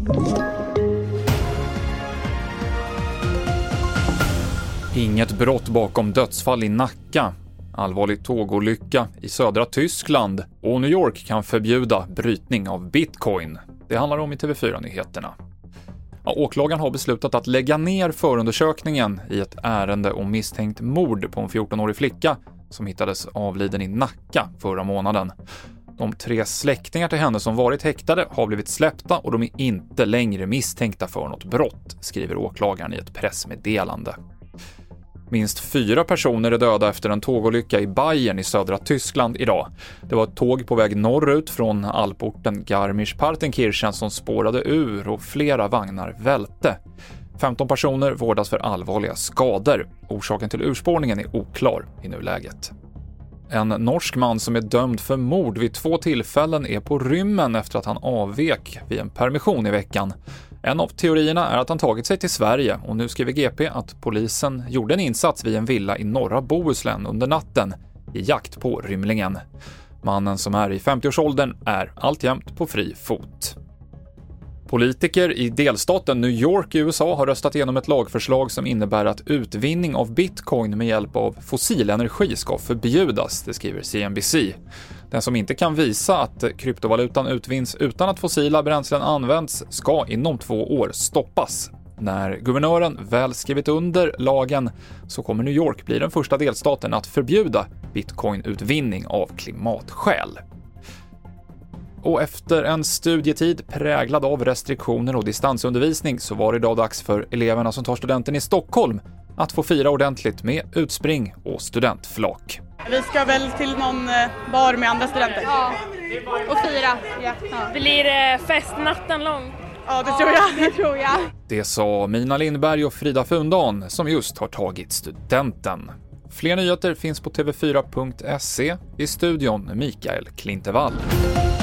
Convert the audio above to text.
Inget brott bakom dödsfall i Nacka. Allvarlig tågolycka i södra Tyskland. Och New York kan förbjuda brytning av bitcoin. Det handlar om i TV4-nyheterna. Åklagaren har beslutat att lägga ner förundersökningen i ett ärende om misstänkt mord på en 14-årig flicka som hittades avliden i Nacka förra månaden. De 3 släktingar till henne som varit häktade har blivit släppta och de är inte längre misstänkta för något brott, skriver åklagaren i ett pressmeddelande. Minst 4 personer är döda efter en tågolycka i Bayern i södra Tyskland idag. Det var ett tåg på väg norrut från alporten Garmisch-Partenkirchen som spårade ur och flera vagnar välte. 15 personer vårdas för allvarliga skador. Orsaken till urspårningen är oklar i nuläget. En norsk man som är dömd för mord vid 2 tillfällen är på rymmen efter att han avvek vid en permission i veckan. En av teorierna är att han tagit sig till Sverige och nu skriver GP att polisen gjorde en insats vid en villa i norra Bohuslän under natten i jakt på rymlingen. Mannen som är i 50-årsåldern är alltjämt på fri fot. Politiker i delstaten New York i USA har röstat igenom ett lagförslag som innebär att utvinning av bitcoin med hjälp av fossil energi ska förbjudas, det skriver CNBC. Den som inte kan visa att kryptovalutan utvinns utan att fossila bränslen används ska inom 2 år stoppas. När guvernören väl skrivit under lagen så kommer New York bli den första delstaten att förbjuda bitcoinutvinning av klimatskäl. Och efter en studietid präglad av restriktioner och distansundervisning så var det idag dags för eleverna som tar studenten i Stockholm att få fira ordentligt med utspring och studentflak. Vi ska väl till någon bar med andra studenter. Ja, och fira. Ja. Blir det fest natten lång? Ja, det tror jag. Det sa Mina Lindberg och Frida Fundan som just har tagit studenten. Fler nyheter finns på tv4.se. I studion Mikael Klintevall.